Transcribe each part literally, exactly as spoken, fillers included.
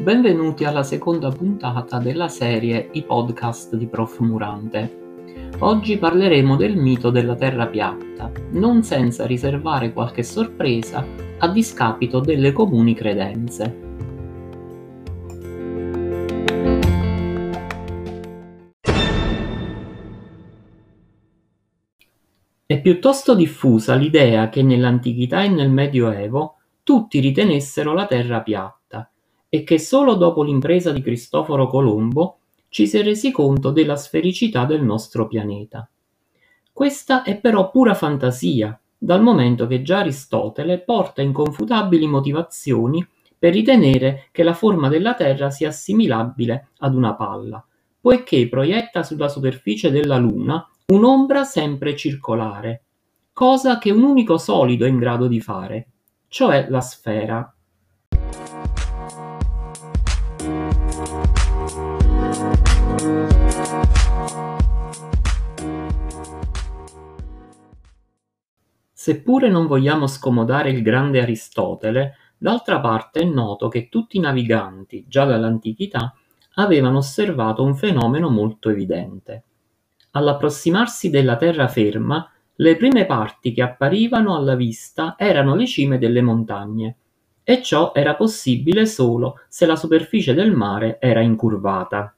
Benvenuti alla seconda puntata della serie I podcast di Prof Murante. Oggi parleremo del mito della Terra piatta, non senza riservare qualche sorpresa a discapito delle comuni credenze. È piuttosto diffusa l'idea che nell'antichità e nel Medioevo tutti ritenessero la Terra piatta e che solo dopo l'impresa di Cristoforo Colombo ci si è resi conto della sfericità del nostro pianeta. Questa è però pura fantasia, dal momento che già Aristotele porta inconfutabili motivazioni per ritenere che la forma della Terra sia assimilabile ad una palla, poiché proietta sulla superficie della Luna un'ombra sempre circolare, cosa che un unico solido è in grado di fare, cioè la sfera. Seppure non vogliamo scomodare il grande Aristotele, d'altra parte è noto che tutti i naviganti, già dall'antichità, avevano osservato un fenomeno molto evidente. All'approssimarsi della terraferma, le prime parti che apparivano alla vista erano le cime delle montagne, e ciò era possibile solo se la superficie del mare era incurvata.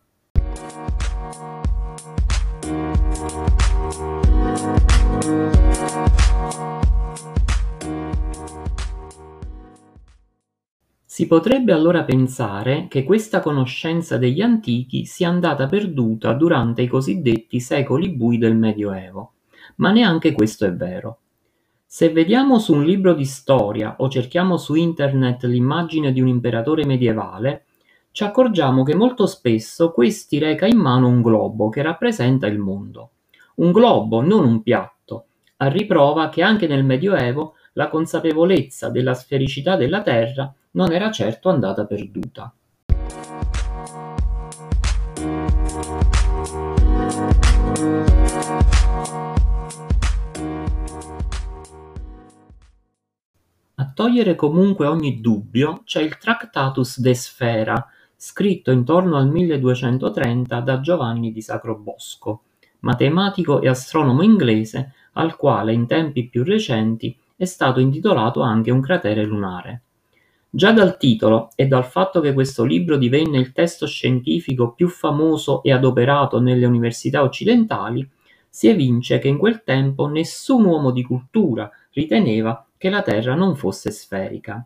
Si potrebbe allora pensare che questa conoscenza degli antichi sia andata perduta durante i cosiddetti secoli bui del Medioevo, ma neanche questo è vero. Se vediamo su un libro di storia o cerchiamo su internet l'immagine di un imperatore medievale, ci accorgiamo che molto spesso questi reca in mano un globo che rappresenta il mondo. Un globo, non un piatto, a riprova che anche nel Medioevo la consapevolezza della sfericità della Terra non era certo andata perduta. A togliere comunque ogni dubbio c'è il Tractatus de Sphera, scritto intorno al milleduecentotrenta da Giovanni di Sacrobosco, matematico e astronomo inglese, al quale in tempi più recenti è stato intitolato anche un cratere lunare. Già dal titolo e dal fatto che questo libro divenne il testo scientifico più famoso e adoperato nelle università occidentali, si evince che in quel tempo nessun uomo di cultura riteneva che la Terra non fosse sferica.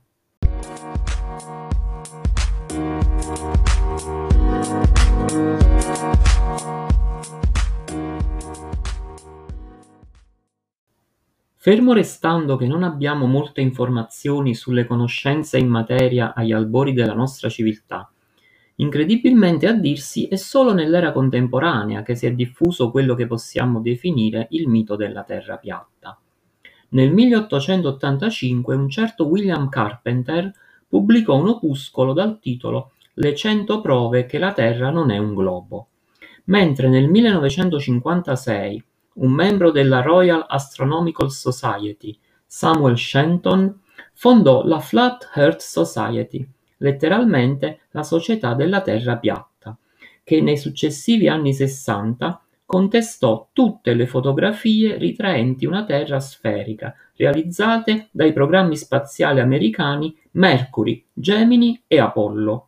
Fermo restando che non abbiamo molte informazioni sulle conoscenze in materia agli albori della nostra civiltà, incredibilmente a dirsi è solo nell'era contemporanea che si è diffuso quello che possiamo definire il mito della Terra piatta. Nel milleottocentottantacinque un certo William Carpenter pubblicò un opuscolo dal titolo Le cento prove che la Terra non è un globo, mentre nel millenovecentocinquantasei un membro della Royal Astronomical Society, Samuel Shenton, fondò la Flat Earth Society, letteralmente la Società della Terra piatta, che nei successivi anni sessanta contestò tutte le fotografie ritraenti una Terra sferica realizzate dai programmi spaziali americani Mercury, Gemini e Apollo.